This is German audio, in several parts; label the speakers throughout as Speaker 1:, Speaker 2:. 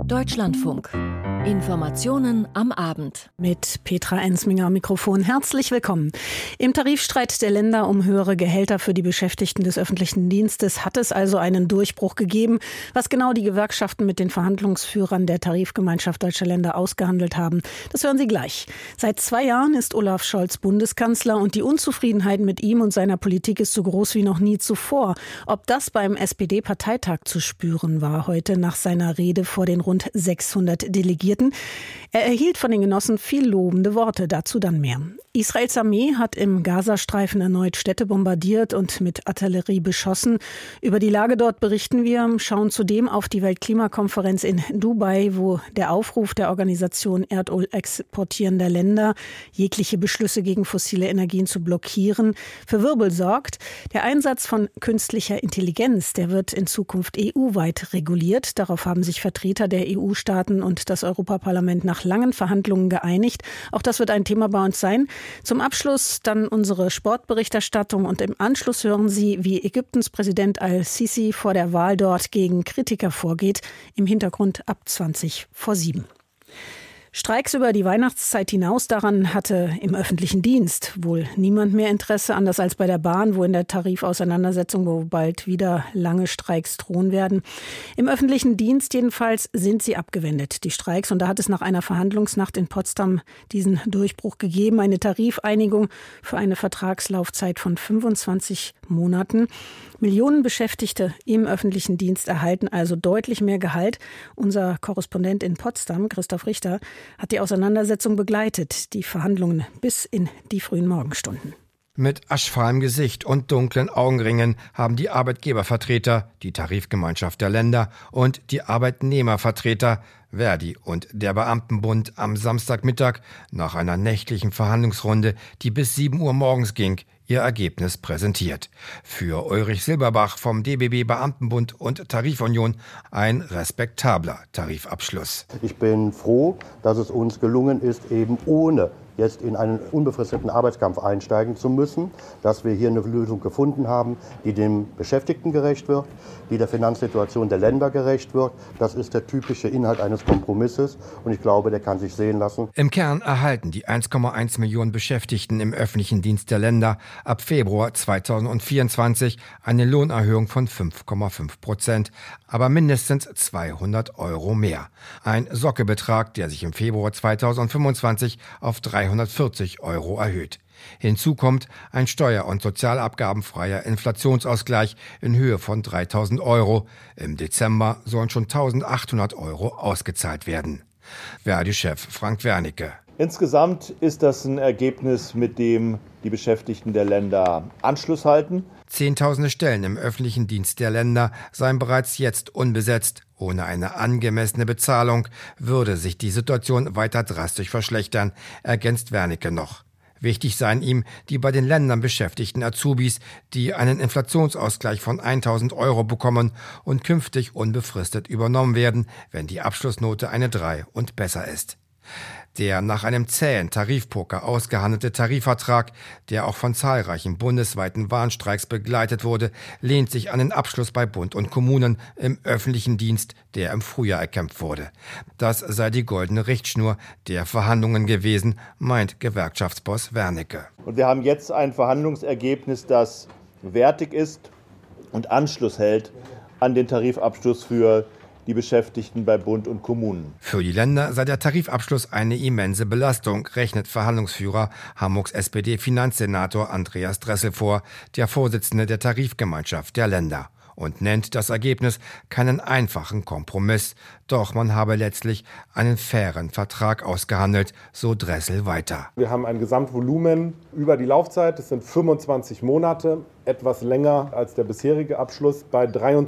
Speaker 1: Deutschlandfunk. Informationen am Abend.
Speaker 2: Mit Petra Ensminger am Mikrofon. Herzlich willkommen. Im Tarifstreit der Länder um höhere Gehälter für die Beschäftigten des öffentlichen Dienstes hat es also einen Durchbruch gegeben. Was genau die Gewerkschaften mit den Verhandlungsführern der Tarifgemeinschaft Deutscher Länder ausgehandelt haben, das hören Sie gleich. Seit 2 Jahren ist Olaf Scholz Bundeskanzler und die Unzufriedenheit mit ihm und seiner Politik ist so groß wie noch nie zuvor. Ob das beim SPD-Parteitag zu spüren war heute nach seiner Rede vor den rund 600 Delegierten. Er erhielt von den Genossen viel lobende Worte, dazu dann mehr. Israels Armee hat im Gazastreifen erneut Städte bombardiert und mit Artillerie beschossen. Über die Lage dort berichten wir, schauen zudem auf die Weltklimakonferenz in Dubai, wo der Aufruf der Organisation Erdöl exportierender Länder, jegliche Beschlüsse gegen fossile Energien zu blockieren, für Wirbel sorgt. Der Einsatz von künstlicher Intelligenz, der wird in Zukunft EU-weit reguliert. Darauf haben sich Vertreter der EU-Staaten und das Europaparlament nach langen Verhandlungen geeinigt. Auch das wird ein Thema bei uns sein. Zum Abschluss dann unsere Sportberichterstattung und im Anschluss hören Sie, wie Ägyptens Präsident al-Sisi vor der Wahl dort gegen Kritiker vorgeht. Im Hintergrund ab 7:20. Streiks über die Weihnachtszeit hinaus, daran hatte im öffentlichen Dienst wohl niemand mehr Interesse, anders als bei der Bahn, wo in der Tarifauseinandersetzung wo bald wieder lange Streiks drohen werden. Im öffentlichen Dienst jedenfalls sind sie abgewendet, die Streiks. Und da hat es nach einer Verhandlungsnacht in Potsdam diesen Durchbruch gegeben, eine Tarifeinigung für eine Vertragslaufzeit von 25 Monaten. Millionen Beschäftigte im öffentlichen Dienst erhalten also deutlich mehr Gehalt. Unser Korrespondent in Potsdam, Christoph Richter, hat die Auseinandersetzung begleitet, die Verhandlungen bis in die frühen Morgenstunden.
Speaker 3: Mit aschfahlem Gesicht und dunklen Augenringen haben die Arbeitgebervertreter, die Tarifgemeinschaft der Länder und die Arbeitnehmervertreter, Verdi und der Beamtenbund am Samstagmittag nach einer nächtlichen Verhandlungsrunde, die bis 7 Uhr morgens ging, ihr Ergebnis präsentiert. Für Ulrich Silberbach vom DBB Beamtenbund und Tarifunion ein respektabler Tarifabschluss.
Speaker 4: Ich bin froh, dass es uns gelungen ist, eben ohne jetzt in einen unbefristeten Arbeitskampf einsteigen zu müssen, dass wir hier eine Lösung gefunden haben, die dem Beschäftigten gerecht wird, die der Finanzsituation der Länder gerecht wird. Das ist der typische Inhalt eines Kompromisses und ich glaube, der kann sich sehen lassen.
Speaker 3: Im Kern erhalten die 1,1 Millionen Beschäftigten im öffentlichen Dienst der Länder ab Februar 2024 eine Lohnerhöhung von 5,5%, aber mindestens 200 € mehr. Ein Sockelbetrag, der sich im Februar 2025 auf 340 € erhöht. Hinzu kommt ein steuer- und sozialabgabenfreier Inflationsausgleich in Höhe von 3.000 €. Im Dezember sollen schon 1.800 € ausgezahlt werden. Verdi-Chef Frank Wernicke.
Speaker 5: Insgesamt ist das ein Ergebnis, mit dem die Beschäftigten der Länder Anschluss halten.
Speaker 3: Zehntausende Stellen im öffentlichen Dienst der Länder seien bereits jetzt unbesetzt. Ohne eine angemessene Bezahlung würde sich die Situation weiter drastisch verschlechtern, ergänzt Wernicke noch. Wichtig seien ihm die bei den Ländern beschäftigten Azubis, die einen Inflationsausgleich von 1.000 € bekommen und künftig unbefristet übernommen werden, wenn die Abschlussnote eine 3 und besser ist. Der nach einem zähen Tarifpoker ausgehandelte Tarifvertrag, der auch von zahlreichen bundesweiten Warnstreiks begleitet wurde, lehnt sich an den Abschluss bei Bund und Kommunen im öffentlichen Dienst, der im Frühjahr erkämpft wurde. Das sei die goldene Richtschnur der Verhandlungen gewesen, meint Gewerkschaftsboss Wernicke.
Speaker 5: Und wir haben jetzt ein Verhandlungsergebnis, das wertig ist und Anschluss hält an den Tarifabschluss für die Beschäftigten bei Bund und Kommunen.
Speaker 3: Für die Länder sei der Tarifabschluss eine immense Belastung, rechnet Verhandlungsführer Hamburgs SPD-Finanzsenator Andreas Dressel vor, der Vorsitzende der Tarifgemeinschaft der Länder. Und nennt das Ergebnis keinen einfachen Kompromiss. Doch man habe letztlich einen fairen Vertrag ausgehandelt, so Dressel weiter.
Speaker 6: Wir haben ein Gesamtvolumen über die Laufzeit, das sind 25 Monate, etwas länger als der bisherige Abschluss, bei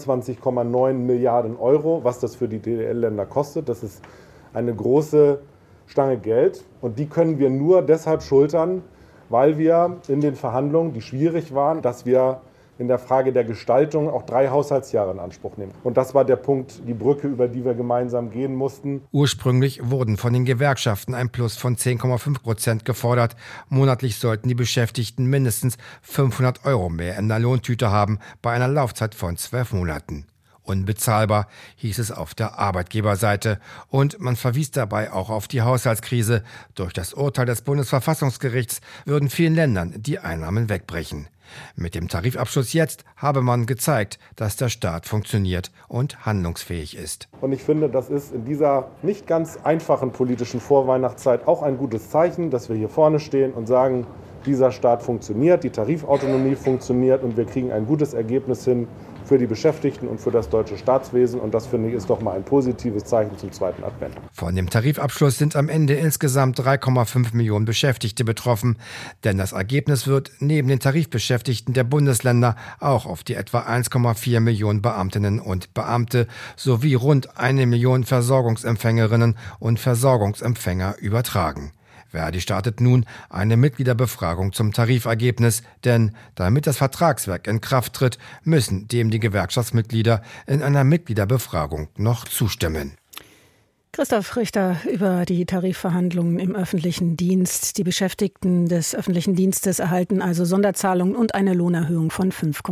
Speaker 6: 23,9 Milliarden €, was das für die DDR-Länder kostet. Das ist eine große Stange Geld und die können wir nur deshalb schultern, weil wir in den Verhandlungen, die schwierig waren, dass wir in der Frage der Gestaltung auch 3 Haushaltsjahre in Anspruch nehmen. Und das war der Punkt, die Brücke, über die wir gemeinsam gehen mussten.
Speaker 3: Ursprünglich wurden von den Gewerkschaften ein Plus von 10,5% gefordert. Monatlich sollten die Beschäftigten mindestens 500 € mehr in der Lohntüte haben bei einer Laufzeit von 12 Monaten. Unbezahlbar, hieß es auf der Arbeitgeberseite. Und man verwies dabei auch auf die Haushaltskrise. Durch das Urteil des Bundesverfassungsgerichts würden vielen Ländern die Einnahmen wegbrechen. Mit dem Tarifabschluss jetzt habe man gezeigt, dass der Staat funktioniert und handlungsfähig ist.
Speaker 6: Und ich finde, das ist in dieser nicht ganz einfachen politischen Vorweihnachtszeit auch ein gutes Zeichen, dass wir hier vorne stehen und sagen, dieser Staat funktioniert, die Tarifautonomie funktioniert und wir kriegen ein gutes Ergebnis hin für die Beschäftigten und für das deutsche Staatswesen. Und das, finde ich, ist doch mal ein positives Zeichen zum zweiten Advent.
Speaker 3: Von dem Tarifabschluss sind am Ende insgesamt 3,5 Millionen Beschäftigte betroffen. Denn das Ergebnis wird neben den Tarifbeschäftigten der Bundesländer auch auf die etwa 1,4 Millionen Beamtinnen und Beamte sowie rund 1 Million Versorgungsempfängerinnen und Versorgungsempfänger übertragen. Verdi startet nun eine Mitgliederbefragung zum Tarifergebnis, denn damit das Vertragswerk in Kraft tritt, müssen dem die Gewerkschaftsmitglieder in einer Mitgliederbefragung noch zustimmen.
Speaker 2: Christoph Richter über die Tarifverhandlungen im öffentlichen Dienst. Die Beschäftigten des öffentlichen Dienstes erhalten also Sonderzahlungen und eine Lohnerhöhung von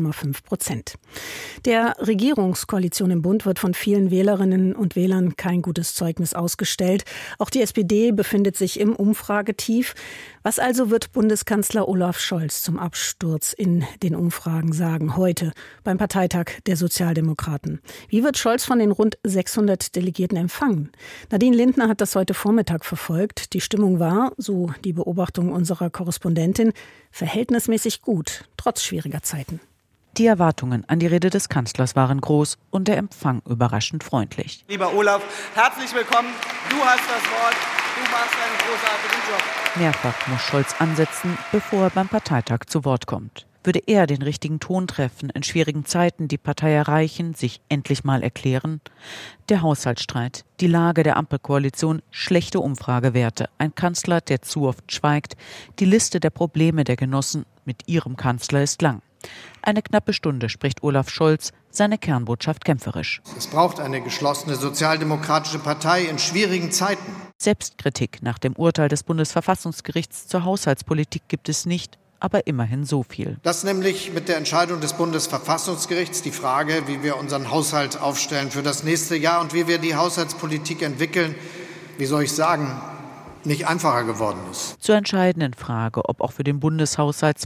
Speaker 2: 5,5%. Der Regierungskoalition im Bund wird von vielen Wählerinnen und Wählern kein gutes Zeugnis ausgestellt. Auch die SPD befindet sich im Umfragetief. Was also wird Bundeskanzler Olaf Scholz zum Absturz in den Umfragen sagen heute beim Parteitag der Sozialdemokraten? Wie wird Scholz von den rund 600 Delegierten empfangen? Nadine Lindner hat das heute Vormittag verfolgt. Die Stimmung war, so die Beobachtung unserer Korrespondentin, verhältnismäßig gut, trotz schwieriger Zeiten.
Speaker 7: Die Erwartungen an die Rede des Kanzlers waren groß und der Empfang überraschend freundlich.
Speaker 8: Lieber Olaf, herzlich willkommen. Du hast das Wort. Du machst einen großartigen Job.
Speaker 7: Mehrfach muss Scholz ansetzen, bevor er beim Parteitag zu Wort kommt. Würde er den richtigen Ton treffen, in schwierigen Zeiten die Partei erreichen, sich endlich mal erklären? Der Haushaltsstreit, die Lage der Ampelkoalition, schlechte Umfragewerte, ein Kanzler, der zu oft schweigt. Die Liste der Probleme der Genossen mit ihrem Kanzler ist lang. Eine knappe Stunde spricht Olaf Scholz, seine Kernbotschaft kämpferisch.
Speaker 9: Es braucht eine geschlossene sozialdemokratische Partei in schwierigen Zeiten.
Speaker 7: Selbstkritik nach dem Urteil des Bundesverfassungsgerichts zur Haushaltspolitik gibt es nicht, aber immerhin so viel.
Speaker 9: Das nämlich mit der Entscheidung des Bundesverfassungsgerichts die Frage, wie wir unseren Haushalt aufstellen für das nächste Jahr und wie wir die Haushaltspolitik entwickeln, wie soll ich sagen, nicht einfacher geworden ist.
Speaker 7: Zur entscheidenden Frage, ob auch für den Bundeshaushalt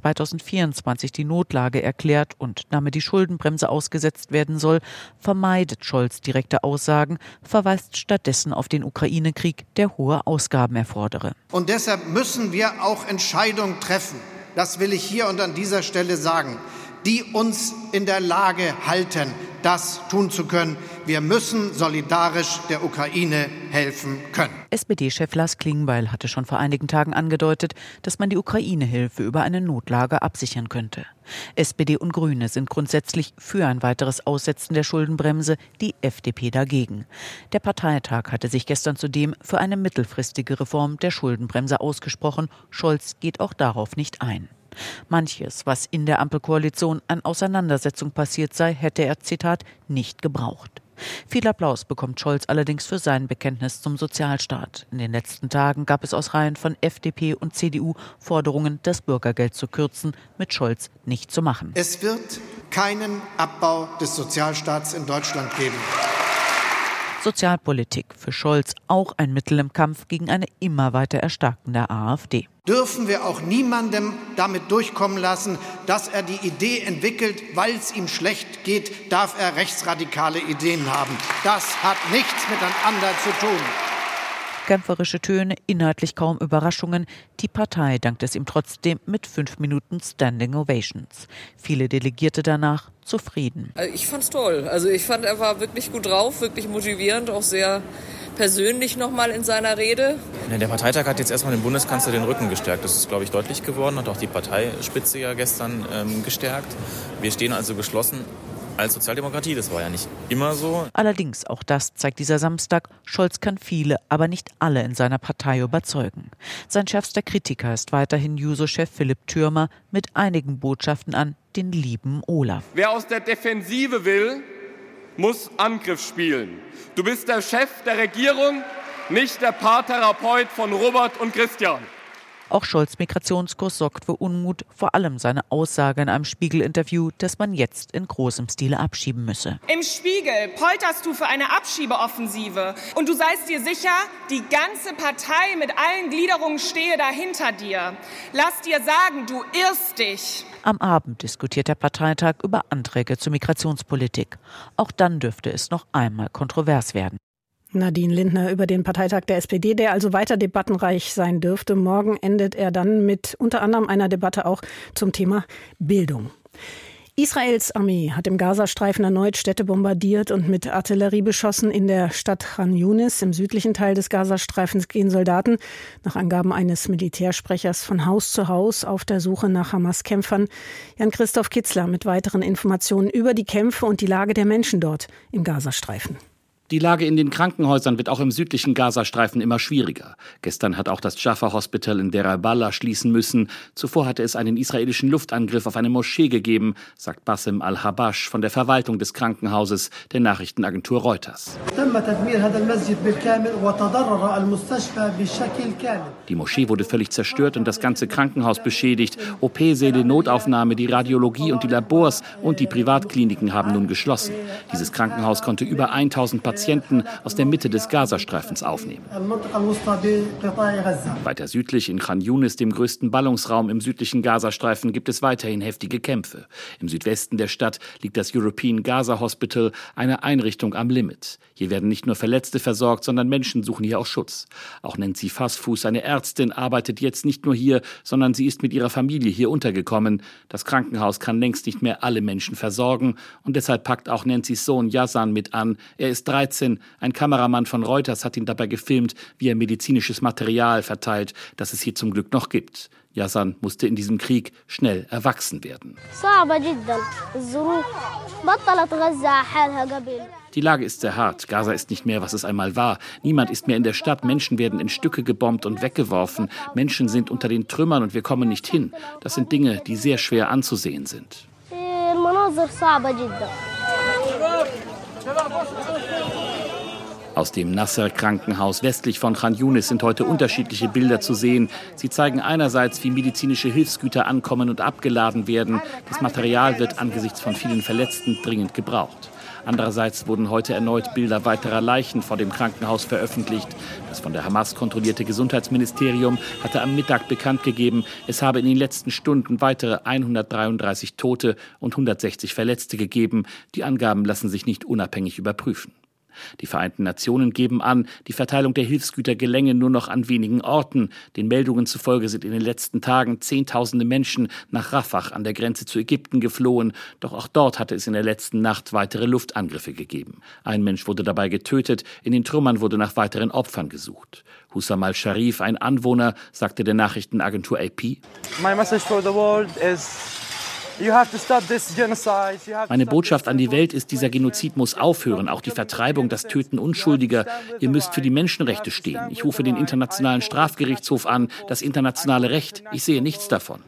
Speaker 7: 2024 die Notlage erklärt und damit die Schuldenbremse ausgesetzt werden soll, vermeidet Scholz direkte Aussagen, verweist stattdessen auf den Ukraine-Krieg, der hohe Ausgaben erfordere.
Speaker 9: Und deshalb müssen wir auch Entscheidungen treffen, das will ich hier und an dieser Stelle sagen, die uns in der Lage halten, das tun zu können. Wir müssen solidarisch der Ukraine helfen können.
Speaker 7: SPD-Chef Lars Klingbeil hatte schon vor einigen Tagen angedeutet, dass man die Ukraine-Hilfe über eine Notlage absichern könnte. SPD und Grüne sind grundsätzlich für ein weiteres Aussetzen der Schuldenbremse, die FDP dagegen. Der Parteitag hatte sich gestern zudem für eine mittelfristige Reform der Schuldenbremse ausgesprochen. Scholz geht auch darauf nicht ein. Manches, was in der Ampelkoalition an Auseinandersetzung passiert sei, hätte er, Zitat, nicht gebraucht. Viel Applaus bekommt Scholz allerdings für sein Bekenntnis zum Sozialstaat. In den letzten Tagen gab es aus Reihen von FDP und CDU Forderungen, das Bürgergeld zu kürzen, mit Scholz nicht zu machen.
Speaker 9: Es wird keinen Abbau des Sozialstaats in Deutschland geben.
Speaker 7: Sozialpolitik für Scholz auch ein Mittel im Kampf gegen eine immer weiter erstarkende AfD.
Speaker 9: Dürfen wir auch niemandem damit durchkommen lassen, dass er die Idee entwickelt, weil es ihm schlecht geht, darf er rechtsradikale Ideen haben. Das hat nichts miteinander zu tun.
Speaker 7: Kämpferische Töne, inhaltlich kaum Überraschungen. Die Partei dankt es ihm trotzdem mit 5 Minuten Standing Ovations. Viele Delegierte danach zufrieden.
Speaker 10: Ich fand's toll. Also ich fand, er war wirklich gut drauf, wirklich motivierend, auch sehr persönlich nochmal in seiner Rede.
Speaker 11: Der Parteitag hat jetzt erstmal dem Bundeskanzler den Rücken gestärkt. Das ist, glaube ich, deutlich geworden, hat auch die Parteispitze ja gestern gestärkt. Wir stehen also geschlossen als Sozialdemokratie, das war ja nicht immer so.
Speaker 7: Allerdings, auch das zeigt dieser Samstag, Scholz kann viele, aber nicht alle in seiner Partei überzeugen. Sein schärfster Kritiker ist weiterhin Juso-Chef Philipp Thürmer mit einigen Botschaften an den lieben Olaf.
Speaker 12: Wer aus der Defensive will, muss Angriff spielen. Du bist der Chef der Regierung, nicht der Paartherapeut von Robert und Christian.
Speaker 7: Auch Scholz' Migrationskurs sorgt für Unmut, vor allem seine Aussage in einem Spiegel-Interview, dass man jetzt in großem Stile abschieben müsse.
Speaker 13: Im Spiegel polterst du für eine Abschiebeoffensive. Und du seist dir sicher, die ganze Partei mit allen Gliederungen stehe da hinter dir. Lass dir sagen, du irrst dich.
Speaker 7: Am Abend diskutiert der Parteitag über Anträge zur Migrationspolitik. Auch dann dürfte es noch einmal kontrovers werden.
Speaker 2: Nadine Lindner über den Parteitag der SPD, der also weiter debattenreich sein dürfte. Morgen endet er dann mit unter anderem einer Debatte auch zum Thema Bildung. Israels Armee hat im Gazastreifen erneut Städte bombardiert und mit Artillerie beschossen. In der Stadt Khan Yunis, im südlichen Teil des Gazastreifens, gehen Soldaten, nach Angaben eines Militärsprechers, von Haus zu Haus auf der Suche nach Hamas-Kämpfern. Jan-Christoph Kitzler mit weiteren Informationen über die Kämpfe und die Lage der Menschen dort im Gazastreifen.
Speaker 14: Die Lage in den Krankenhäusern wird auch im südlichen Gazastreifen immer schwieriger. Gestern hat auch das Jaffa Hospital in Deir al-Balah schließen müssen. Zuvor hatte es einen israelischen Luftangriff auf eine Moschee gegeben, sagt Bassem al-Habash von der Verwaltung des Krankenhauses der Nachrichtenagentur Reuters. Die Moschee wurde völlig zerstört und das ganze Krankenhaus beschädigt. OP-Säle, Notaufnahme, die Radiologie und die Labors und die Privatkliniken haben nun geschlossen. Dieses Krankenhaus konnte über 1000 Patienten aus der Mitte des Gazastreifens aufnehmen. Weiter südlich in Khan Yunis, dem größten Ballungsraum im südlichen Gazastreifen, gibt es weiterhin heftige Kämpfe. Im Südwesten der Stadt liegt das European Gaza Hospital, eine Einrichtung am Limit. Hier werden nicht nur Verletzte versorgt, sondern Menschen suchen hier auch Schutz. Auch Nancy Fassfuß, eine Ärztin, arbeitet jetzt nicht nur hier, sondern sie ist mit ihrer Familie hier untergekommen. Das Krankenhaus kann längst nicht mehr alle Menschen versorgen und deshalb packt auch Nancy's Sohn Yazan mit an. Er ist 13. Ein Kameramann von Reuters hat ihn dabei gefilmt, wie er medizinisches Material verteilt, das es hier zum Glück noch gibt. Yazan musste in diesem Krieg schnell erwachsen werden. Die Lage ist sehr hart. Gaza ist nicht mehr, was es einmal war. Niemand ist mehr in der Stadt. Menschen werden in Stücke gebombt und weggeworfen. Menschen sind unter den Trümmern und wir kommen nicht hin. Das sind Dinge, die sehr schwer anzusehen sind. Aus dem Nasser-Krankenhaus westlich von Khan Yunis sind heute unterschiedliche Bilder zu sehen. Sie zeigen einerseits, wie medizinische Hilfsgüter ankommen und abgeladen werden. Das Material wird angesichts von vielen Verletzten dringend gebraucht. Andererseits wurden heute erneut Bilder weiterer Leichen vor dem Krankenhaus veröffentlicht. Das von der Hamas kontrollierte Gesundheitsministerium hatte am Mittag bekannt gegeben, es habe in den letzten Stunden weitere 133 Tote und 160 Verletzte gegeben. Die Angaben lassen sich nicht unabhängig überprüfen. Die Vereinten Nationen geben an, die Verteilung der Hilfsgüter gelänge nur noch an wenigen Orten. Den Meldungen zufolge sind in den letzten Tagen Zehntausende Menschen nach Rafah an der Grenze zu Ägypten geflohen. Doch auch dort hatte es in der letzten Nacht weitere Luftangriffe gegeben. Ein Mensch wurde dabei getötet, in den Trümmern wurde nach weiteren Opfern gesucht. Hussam al-Sharif, ein Anwohner, sagte der Nachrichtenagentur AP:
Speaker 15: My message for the world is:
Speaker 14: Meine Botschaft an die Welt ist, dieser Genozid muss aufhören, auch die Vertreibung, das Töten Unschuldiger. Ihr müsst für die Menschenrechte stehen. Ich rufe den Internationalen Strafgerichtshof an, das internationale Recht. Ich sehe nichts davon.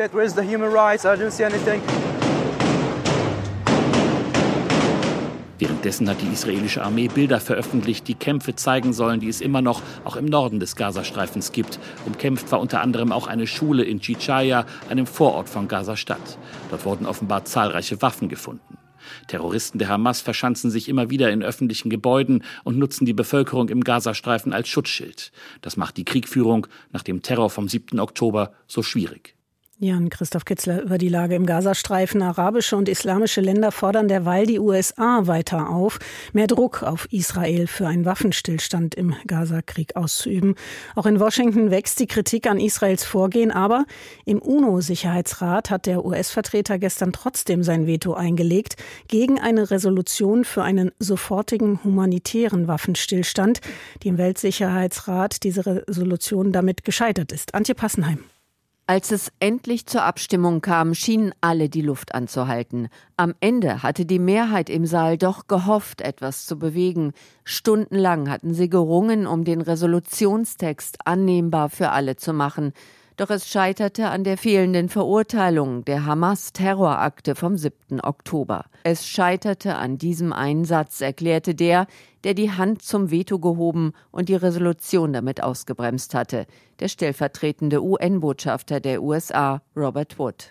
Speaker 14: Währenddessen hat die israelische Armee Bilder veröffentlicht, die Kämpfe zeigen sollen, die es immer noch auch im Norden des Gazastreifens gibt. Umkämpft war unter anderem auch eine Schule in Djichaya, einem Vorort von Gaza-Stadt. Dort wurden offenbar zahlreiche Waffen gefunden. Terroristen der Hamas verschanzen sich immer wieder in öffentlichen Gebäuden und nutzen die Bevölkerung im Gazastreifen als Schutzschild. Das macht die Kriegführung nach dem Terror vom 7. Oktober so schwierig.
Speaker 2: Jan-Christoph Kitzler über die Lage im Gazastreifen. Arabische und islamische Länder fordern derweil die USA weiter auf, mehr Druck auf Israel für einen Waffenstillstand im Gazakrieg auszuüben. Auch in Washington wächst die Kritik an Israels Vorgehen, aber im UNO-Sicherheitsrat hat der US-Vertreter gestern trotzdem sein Veto eingelegt gegen eine Resolution für einen sofortigen humanitären Waffenstillstand, die im Weltsicherheitsrat diese Resolution damit gescheitert ist. Antje Passenheim.
Speaker 16: Als es endlich zur Abstimmung kam, schienen alle die Luft anzuhalten. Am Ende hatte die Mehrheit im Saal doch gehofft, etwas zu bewegen. Stundenlang hatten sie gerungen, um den Resolutionstext annehmbar für alle zu machen. Doch es scheiterte an der fehlenden Verurteilung der Hamas-Terrorakte vom 7. Oktober. Es scheiterte an diesem Einsatz, erklärte der, der die Hand zum Veto gehoben und die Resolution damit ausgebremst hatte, der stellvertretende UN-Botschafter der USA, Robert Wood.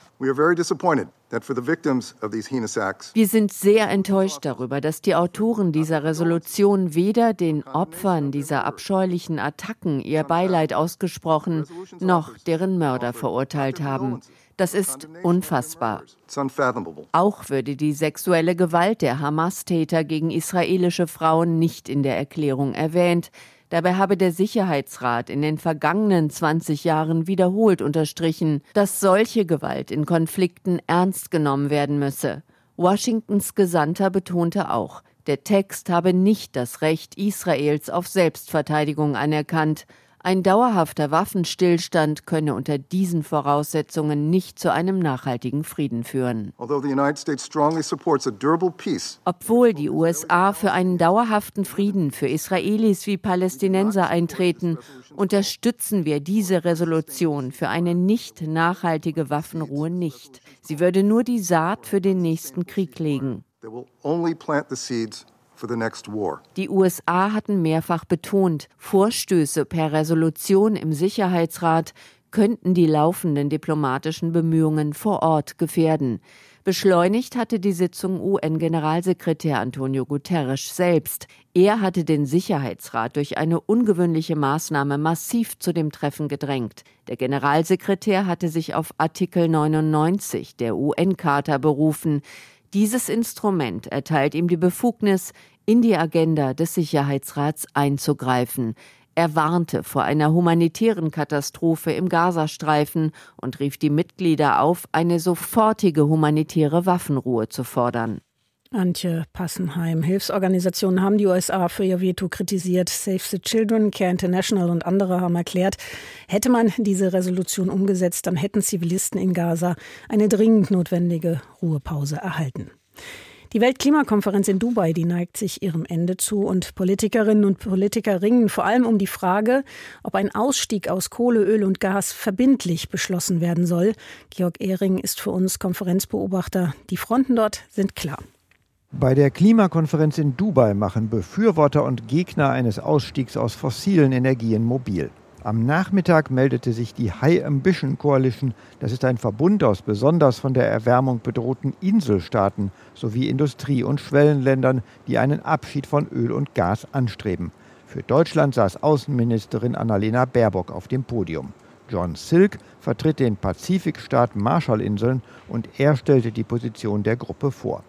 Speaker 16: Wir sind sehr enttäuscht darüber, dass die Autoren dieser Resolution weder den Opfern dieser abscheulichen Attacken ihr Beileid ausgesprochen, noch deren Mörder verurteilt haben. Das ist unfassbar. Auch würde die sexuelle Gewalt der Hamas-Täter gegen israelische Frauen nicht in der Erklärung erwähnt. Dabei habe der Sicherheitsrat in den vergangenen 20 Jahren wiederholt unterstrichen, dass solche Gewalt in Konflikten ernst genommen werden müsse. Washingtons Gesandter betonte auch, der Text habe nicht das Recht Israels auf Selbstverteidigung anerkannt. Ein dauerhafter Waffenstillstand könne unter diesen Voraussetzungen nicht zu einem nachhaltigen Frieden führen. Obwohl die USA für einen dauerhaften Frieden für Israelis wie Palästinenser eintreten, unterstützen wir diese Resolution für eine nicht nachhaltige Waffenruhe nicht. Sie würde nur die Saat für den nächsten Krieg legen. Die USA hatten mehrfach betont, Vorstöße per Resolution im Sicherheitsrat könnten die laufenden diplomatischen Bemühungen vor Ort gefährden. Beschleunigt hatte die Sitzung UN-Generalsekretär Antonio Guterres selbst. Er hatte den Sicherheitsrat durch eine ungewöhnliche Maßnahme massiv zu dem Treffen gedrängt. Der Generalsekretär hatte sich auf Artikel 99 der UN-Charta berufen. Dieses Instrument erteilt ihm die Befugnis, in die Agenda des Sicherheitsrats einzugreifen. Er warnte vor einer humanitären Katastrophe im Gazastreifen und rief die Mitglieder auf, eine sofortige humanitäre Waffenruhe zu fordern.
Speaker 2: Antje Passenheim. Hilfsorganisationen haben die USA für ihr Veto kritisiert. Save the Children, Care International und andere haben erklärt, hätte man diese Resolution umgesetzt, dann hätten Zivilisten in Gaza eine dringend notwendige Ruhepause erhalten. Die Weltklimakonferenz in Dubai, die neigt sich ihrem Ende zu und Politikerinnen und Politiker ringen vor allem um die Frage, ob ein Ausstieg aus Kohle, Öl und Gas verbindlich beschlossen werden soll. Georg Ehring ist für uns Konferenzbeobachter. Die Fronten dort sind klar.
Speaker 17: Bei der Klimakonferenz in Dubai machen Befürworter und Gegner eines Ausstiegs aus fossilen Energien mobil. Am Nachmittag meldete sich die High Ambition Coalition. Das ist ein Verbund aus besonders von der Erwärmung bedrohten Inselstaaten sowie Industrie- und Schwellenländern, die einen Abschied von Öl und Gas anstreben. Für Deutschland saß Außenministerin Annalena Baerbock auf dem Podium. John Silk vertritt den Pazifikstaat Marshallinseln und er stellte die Position der Gruppe vor.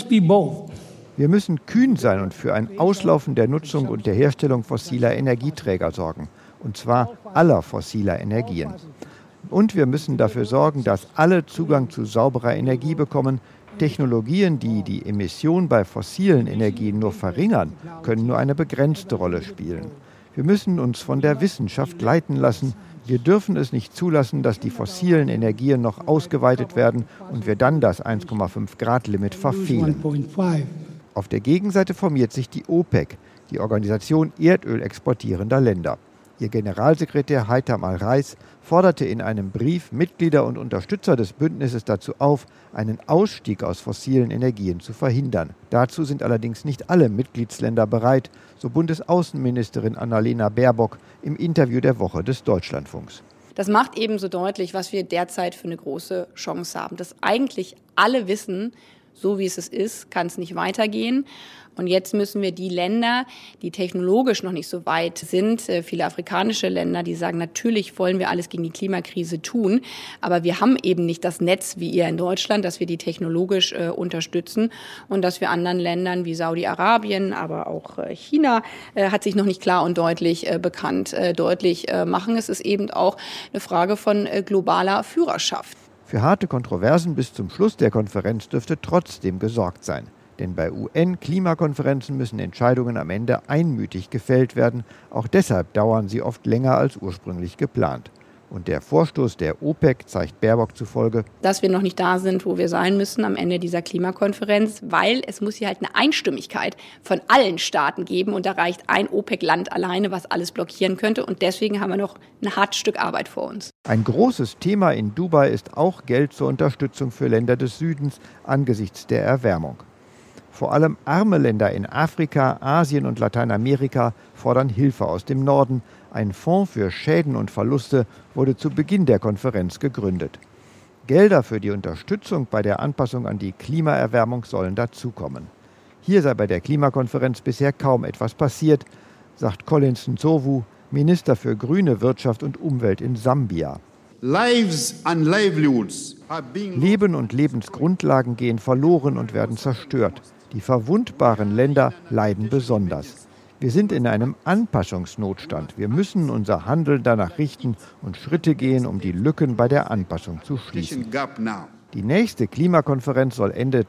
Speaker 17: Wir müssen kühn sein und für ein Auslaufen der Nutzung und der Herstellung fossiler Energieträger sorgen. Und zwar aller fossiler Energien. Und wir müssen dafür sorgen, dass alle Zugang zu sauberer Energie bekommen. Technologien, die die Emission bei fossilen Energien nur verringern, können nur eine begrenzte Rolle spielen. Wir müssen uns von der Wissenschaft leiten lassen. Wir dürfen es nicht zulassen, dass die fossilen Energien noch ausgeweitet werden und wir dann das 1,5-Grad-Limit verfehlen. Auf der Gegenseite formiert sich die OPEC, die Organisation Erdöl exportierender Länder. Ihr Generalsekretär Haitham al-Rais forderte in einem Brief Mitglieder und Unterstützer des Bündnisses dazu auf, einen Ausstieg aus fossilen Energien zu verhindern. Dazu sind allerdings nicht alle Mitgliedsländer bereit, so Bundesaußenministerin Annalena Baerbock im Interview der Woche des Deutschlandfunks.
Speaker 18: Das macht eben so deutlich, was wir derzeit für eine große Chance haben. Dass eigentlich alle wissen, so wie es ist, kann es nicht weitergehen. Und jetzt müssen wir die Länder, die technologisch noch nicht so weit sind, viele afrikanische Länder, die sagen, natürlich wollen wir alles gegen die Klimakrise tun, aber wir haben eben nicht das Netz wie ihr in Deutschland, dass wir die technologisch unterstützen und dass wir anderen Ländern wie Saudi-Arabien, aber auch China, hat sich noch nicht klar und deutlich bekannt, deutlich machen. Es ist eben auch eine Frage von globaler Führerschaft.
Speaker 17: Für harte Kontroversen bis zum Schluss der Konferenz dürfte trotzdem gesorgt sein. Denn bei UN-Klimakonferenzen müssen Entscheidungen am Ende einmütig gefällt werden. Auch deshalb dauern sie oft länger als ursprünglich geplant. Und der Vorstoß der OPEC zeigt Baerbock zufolge,
Speaker 18: dass wir noch nicht da sind, wo wir sein müssen am Ende dieser Klimakonferenz, weil es muss hier halt eine Einstimmigkeit von allen Staaten geben und da reicht ein OPEC-Land alleine, was alles blockieren könnte und deswegen haben wir noch ein hartes Stück Arbeit vor uns.
Speaker 17: Ein großes Thema in Dubai ist auch Geld zur Unterstützung für Länder des Südens angesichts der Erwärmung. Vor allem arme Länder in Afrika, Asien und Lateinamerika fordern Hilfe aus dem Norden. Ein Fonds für Schäden und Verluste wurde zu Beginn der Konferenz gegründet. Gelder für die Unterstützung bei der Anpassung an die Klimaerwärmung sollen dazukommen. Hier sei bei der Klimakonferenz bisher kaum etwas passiert, sagt Collins Nzovu, Minister für grüne Wirtschaft und Umwelt in Sambia. Leben und Lebensgrundlagen gehen verloren und werden zerstört. Die verwundbaren Länder leiden besonders. Wir sind in einem Anpassungsnotstand. Wir müssen unser Handeln danach richten und Schritte gehen, um die Lücken bei der Anpassung zu schließen. Die nächste Klimakonferenz soll Ende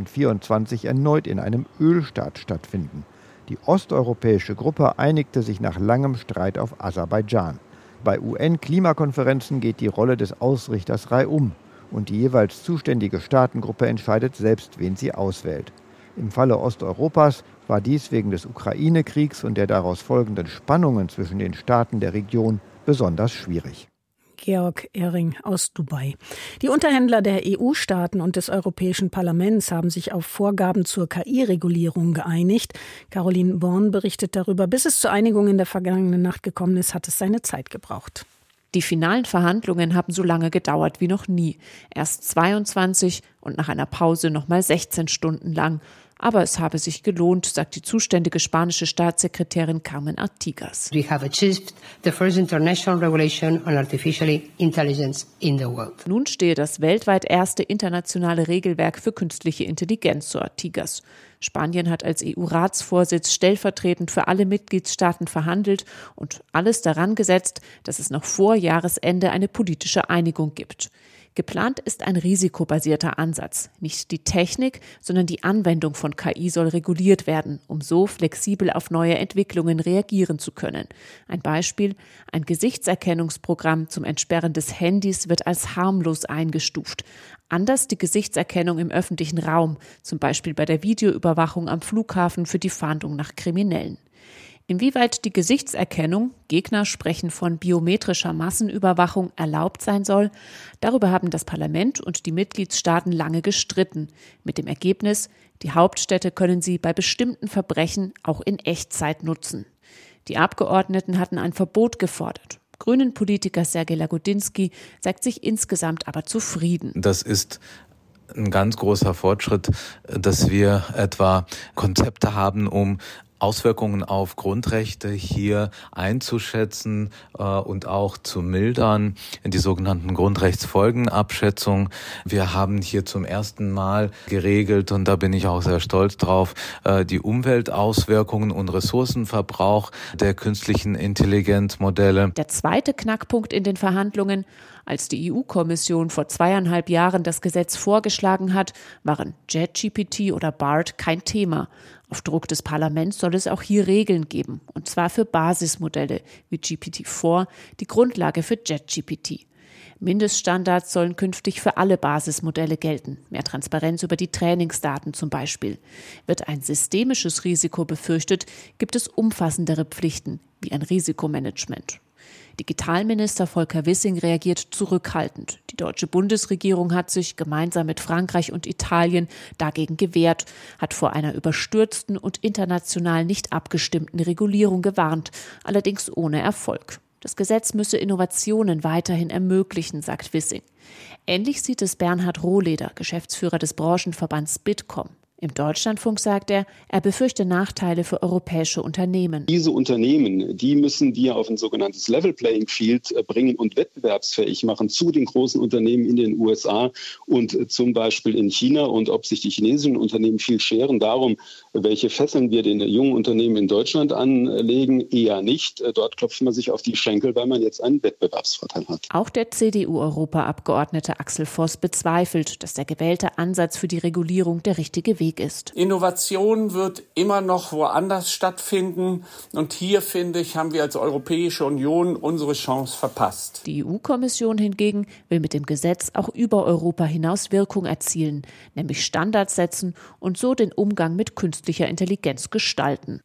Speaker 17: 2024 erneut in einem Ölstaat stattfinden. Die osteuropäische Gruppe einigte sich nach langem Streit auf Aserbaidschan. Bei UN-Klimakonferenzen geht die Rolle des Ausrichters reihum und die jeweils zuständige Staatengruppe entscheidet selbst, wen sie auswählt. Im Falle Osteuropas war dies wegen des Ukraine-Kriegs und der daraus folgenden Spannungen zwischen den Staaten der Region besonders schwierig.
Speaker 2: Georg Ehring aus Dubai. Die Unterhändler der EU-Staaten und des Europäischen Parlaments haben sich auf Vorgaben zur KI-Regulierung geeinigt. Caroline Born berichtet darüber. Bis es zur Einigung in der vergangenen Nacht gekommen ist, hat es seine Zeit gebraucht.
Speaker 19: Die finalen Verhandlungen haben so lange gedauert wie noch nie. Erst 22 und nach einer Pause nochmal 16 Stunden lang. Aber es habe sich gelohnt, sagt die zuständige spanische Staatssekretärin Carmen Artigas.
Speaker 20: We have achieved the first international regulation on artificial intelligence in the world.
Speaker 19: Nun stehe das weltweit erste internationale Regelwerk für künstliche Intelligenz, so Artigas. Spanien hat als EU-Ratsvorsitz stellvertretend für alle Mitgliedstaaten verhandelt und alles daran gesetzt, dass es noch vor Jahresende eine politische Einigung gibt. Geplant ist ein risikobasierter Ansatz. Nicht die Technik, sondern die Anwendung von KI soll reguliert werden, um so flexibel auf neue Entwicklungen reagieren zu können. Ein Beispiel: Ein Gesichtserkennungsprogramm zum Entsperren des Handys wird als harmlos eingestuft. Anders die Gesichtserkennung im öffentlichen Raum, zum Beispiel bei der Videoüberwachung am Flughafen für die Fahndung nach Kriminellen. Inwieweit die Gesichtserkennung, Gegner sprechen von biometrischer Massenüberwachung, erlaubt sein soll, darüber haben das Parlament und die Mitgliedstaaten lange gestritten. Mit dem Ergebnis, die Hauptstädte können sie bei bestimmten Verbrechen auch in Echtzeit nutzen. Die Abgeordneten hatten ein Verbot gefordert. Grünen-Politiker Sergej Lagodinsky sagt sich insgesamt aber zufrieden.
Speaker 21: Das ist ein ganz großer Fortschritt, dass wir etwa Konzepte haben, um Auswirkungen auf Grundrechte hier einzuschätzen und auch zu mildern, die sogenannten Grundrechtsfolgenabschätzung. Wir haben hier zum ersten Mal geregelt, und da bin ich auch sehr stolz drauf, die Umweltauswirkungen und Ressourcenverbrauch der künstlichen Intelligenzmodelle.
Speaker 19: Der zweite Knackpunkt in den Verhandlungen: Als die EU-Kommission vor 2,5 Jahren das Gesetz vorgeschlagen hat, waren ChatGPT oder BART kein Thema. Auf Druck des Parlaments soll es auch hier Regeln geben, und zwar für Basismodelle wie GPT-4, die Grundlage für ChatGPT. Mindeststandards sollen künftig für alle Basismodelle gelten. Mehr Transparenz über die Trainingsdaten zum Beispiel. Wird ein systemisches Risiko befürchtet, gibt es umfassendere Pflichten, wie ein Risikomanagement. Digitalminister Volker Wissing reagiert zurückhaltend. Die deutsche Bundesregierung hat sich gemeinsam mit Frankreich und Italien dagegen gewehrt, hat vor einer überstürzten und international nicht abgestimmten Regulierung gewarnt, allerdings ohne Erfolg. Das Gesetz müsse Innovationen weiterhin ermöglichen, sagt Wissing. Ähnlich sieht es Bernhard Rohleder, Geschäftsführer des Branchenverbands Bitkom. Im Deutschlandfunk sagt er befürchte Nachteile für europäische Unternehmen.
Speaker 22: Diese Unternehmen, die müssen wir auf ein sogenanntes Level Playing Field bringen und wettbewerbsfähig machen zu den großen Unternehmen in den USA und zum Beispiel in China. Und ob sich die chinesischen Unternehmen viel scheren darum, welche Fesseln wir den jungen Unternehmen in Deutschland anlegen, eher nicht. Dort klopft man sich auf die Schenkel, weil man jetzt einen Wettbewerbsvorteil hat.
Speaker 19: Auch der CDU-Europaabgeordnete Axel Voss bezweifelt, dass der gewählte Ansatz für die Regulierung der richtige Weg ist.
Speaker 23: Innovation wird immer noch woanders stattfinden, und hier, finde ich, haben wir als Europäische Union unsere Chance verpasst.
Speaker 19: Die EU-Kommission hingegen will mit dem Gesetz auch über Europa hinaus Wirkung erzielen, nämlich Standards setzen und so den Umgang mit künstlicher Intelligenz gestalten.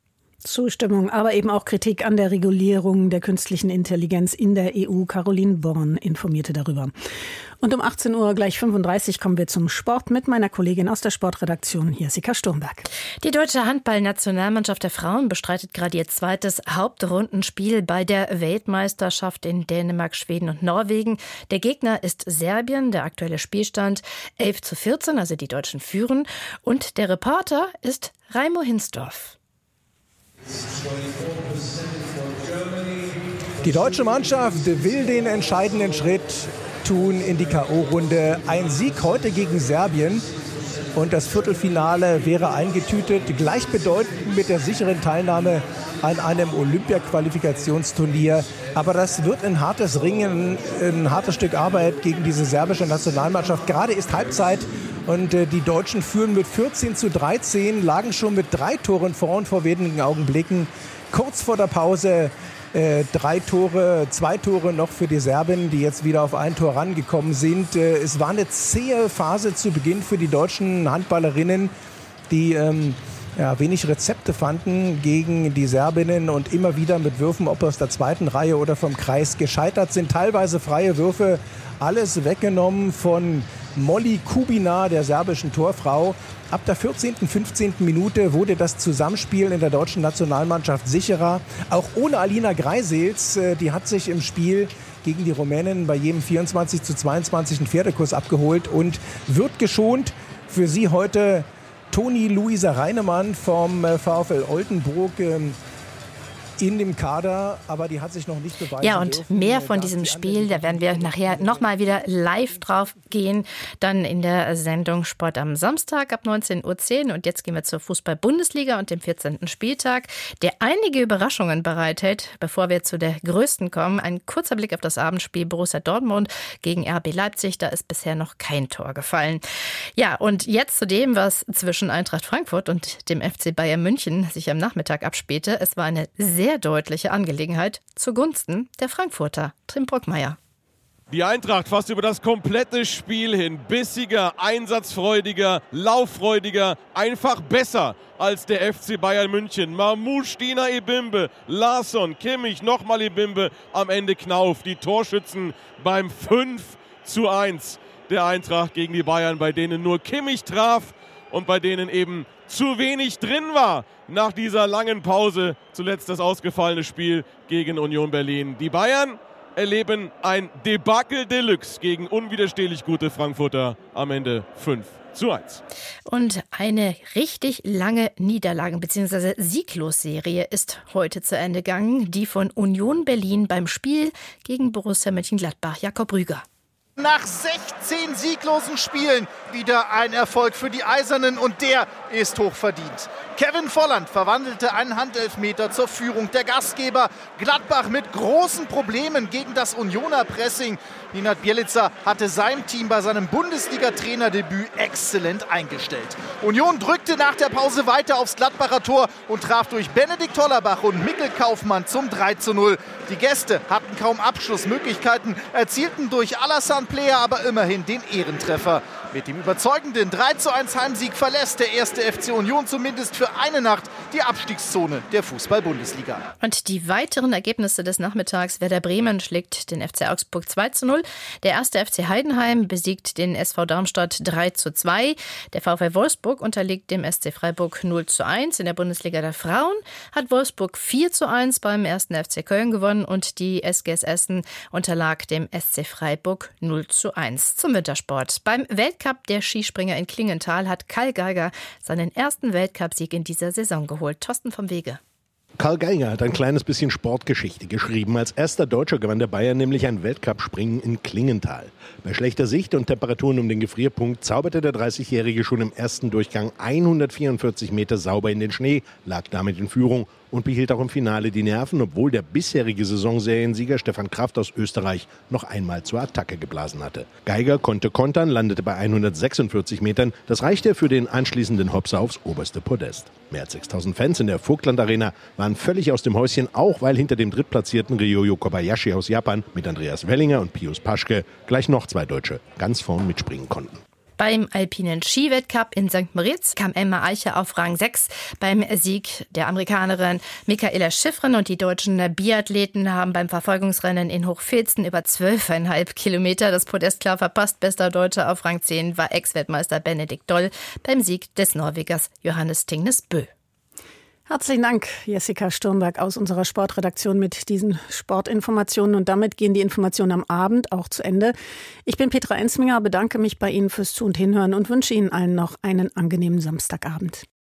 Speaker 2: Zustimmung, aber eben auch Kritik an der Regulierung der künstlichen Intelligenz in der EU. Caroline Born informierte darüber. Und um 18 Uhr gleich 35 kommen wir zum Sport mit meiner Kollegin aus der Sportredaktion, Jessica Sturmberg.
Speaker 1: Die deutsche Handball-Nationalmannschaft der Frauen bestreitet gerade ihr zweites Hauptrundenspiel bei der Weltmeisterschaft in Dänemark, Schweden und Norwegen. Der Gegner ist Serbien, der aktuelle Spielstand 11:14, also die Deutschen führen. Und der Reporter ist Raimo Hinsdorf.
Speaker 4: Die deutsche Mannschaft will den entscheidenden Schritt tun in die K.O.-Runde. Ein Sieg heute gegen Serbien und das Viertelfinale wäre eingetütet, gleichbedeutend mit der sicheren Teilnahme an einem Olympia-Qualifikationsturnier. Aber das wird ein hartes Ringen, ein hartes Stück Arbeit gegen diese serbische Nationalmannschaft. Gerade ist Halbzeit und die Deutschen führen mit 14:13, lagen schon mit 3 Toren vor wenigen Augenblicken. Kurz vor der Pause 2 Tore noch für die Serben, die jetzt wieder auf ein Tor rangekommen sind. Es war eine zähe Phase zu Beginn für die deutschen Handballerinnen, die wenig Rezepte fanden gegen die Serbinnen und immer wieder mit Würfen, ob aus der zweiten Reihe oder vom Kreis, gescheitert sind. Teilweise freie Würfe, alles weggenommen von Molly Kubina, der serbischen Torfrau. Ab der 14., 15. Minute wurde das Zusammenspiel in der deutschen Nationalmannschaft sicherer. Auch ohne Alina Greisels, die hat sich im Spiel gegen die Rumänen bei jedem 24:22 einen Pferdekuss abgeholt und wird geschont. Für sie heute Toni Luisa Reinemann vom VfL Oldenburg in dem Kader, aber die hat sich noch nicht beweisen
Speaker 1: Ja, und
Speaker 4: dürfen.
Speaker 1: mehr von diesem Spiel, da werden wir nachher nochmal wieder live drauf gehen, dann in der Sendung Sport am Samstag ab 19:10 Uhr. Und jetzt gehen wir zur Fußball-Bundesliga und dem 14. Spieltag, der einige Überraschungen bereithält. Bevor wir zu der größten kommen, ein kurzer Blick auf das Abendspiel Borussia Dortmund gegen RB Leipzig. Da ist bisher noch kein Tor gefallen. Ja, und jetzt zu dem, was zwischen Eintracht Frankfurt und dem FC Bayern München sich am Nachmittag abspielte. Es war eine sehr deutliche Angelegenheit zugunsten der Frankfurter. Trim Brockmeier.
Speaker 12: Die Eintracht fast über das komplette Spiel hin. Bissiger, einsatzfreudiger, lauffreudiger, einfach besser als der FC Bayern München. Mamouche, Dina Ebimbe, Larsson, Kimmich, nochmal Ebimbe, am Ende Knauf. Die Torschützen beim 5:1 der Eintracht gegen die Bayern, bei denen nur Kimmich traf und bei denen eben zu wenig drin war nach dieser langen Pause. Zuletzt das ausgefallene Spiel gegen Union Berlin. Die Bayern erleben ein Debakel Deluxe gegen unwiderstehlich gute Frankfurter. Am Ende 5:1.
Speaker 1: Und eine richtig lange Niederlagen- bzw. Sieglos-Serie ist heute zu Ende gegangen. Die von Union Berlin beim Spiel gegen Borussia Mönchengladbach. Jakob Rüger.
Speaker 5: Nach 16 sieglosen Spielen wieder ein Erfolg für die Eisernen und der ist hochverdient. Kevin Volland verwandelte einen Handelfmeter zur Führung der Gastgeber. Gladbach mit großen Problemen gegen das Unioner Pressing. Nenad Bjelica hatte sein Team bei seinem Bundesliga-Trainerdebüt exzellent eingestellt. Union drückte nach der Pause weiter aufs Gladbacher Tor und traf durch Benedikt Hollerbach und Mikkel Kaufmann zum 3:0. Die Gäste hatten kaum Abschlussmöglichkeiten, erzielten durch Alassane Player aber immerhin den Ehrentreffer. Mit dem überzeugenden 3:1 Heimsieg verlässt der erste FC Union zumindest für eine Nacht die Abstiegszone der Fußball-Bundesliga.
Speaker 1: Und die weiteren Ergebnisse des Nachmittags: Werder Bremen schlägt den FC Augsburg 2:0. Der erste FC Heidenheim besiegt den SV Darmstadt 3:2. Der VfL Wolfsburg unterliegt dem SC Freiburg 0:1. In der Bundesliga der Frauen hat Wolfsburg 4:1 beim ersten FC Köln gewonnen und die SGS Essen unterlag dem SC Freiburg 0:1. Zum Wintersport. Beim Weltcup der Skispringer in Klingenthal hat Karl Geiger seinen ersten Weltcupsieg in dieser Saison geholt. Thorsten vom Wege.
Speaker 24: Karl Geiger hat ein kleines bisschen Sportgeschichte geschrieben. Als erster Deutscher gewann der Bayer nämlich ein Weltcup-Springen in Klingenthal. Bei schlechter Sicht und Temperaturen um den Gefrierpunkt zauberte der 30-Jährige schon im ersten Durchgang 144 Meter sauber in den Schnee, lag damit in Führung und behielt auch im Finale die Nerven, obwohl der bisherige Saisonseriensieger Stefan Kraft aus Österreich noch einmal zur Attacke geblasen hatte. Geiger konnte kontern, landete bei 146 Metern. Das reichte für den anschließenden Hopser aufs oberste Podest. Mehr als 6000 Fans in der Vogtland Arena waren völlig aus dem Häuschen, auch weil hinter dem drittplatzierten Ryoyo Kobayashi aus Japan mit Andreas Wellinger und Pius Paschke gleich noch 2 Deutsche ganz vorn mitspringen konnten.
Speaker 1: Beim alpinen Skiweltcup in St. Moritz kam Emma Eicher auf Rang 6 beim Sieg der Amerikanerin Michaela Schifrin, und die deutschen Biathleten haben beim Verfolgungsrennen in Hochfilzen über 12,5 Kilometer das Podest klar verpasst. Bester Deutscher auf Rang 10 war Ex-Weltmeister Benedikt Doll beim Sieg des Norwegers Johannes Tingnes Bø.
Speaker 2: Herzlichen Dank, Jessica Sturmberg aus unserer Sportredaktion mit diesen Sportinformationen. Und damit gehen die Informationen am Abend auch zu Ende. Ich bin Petra Ensminger, bedanke mich bei Ihnen fürs Zu- und Hinhören und wünsche Ihnen allen noch einen angenehmen Samstagabend.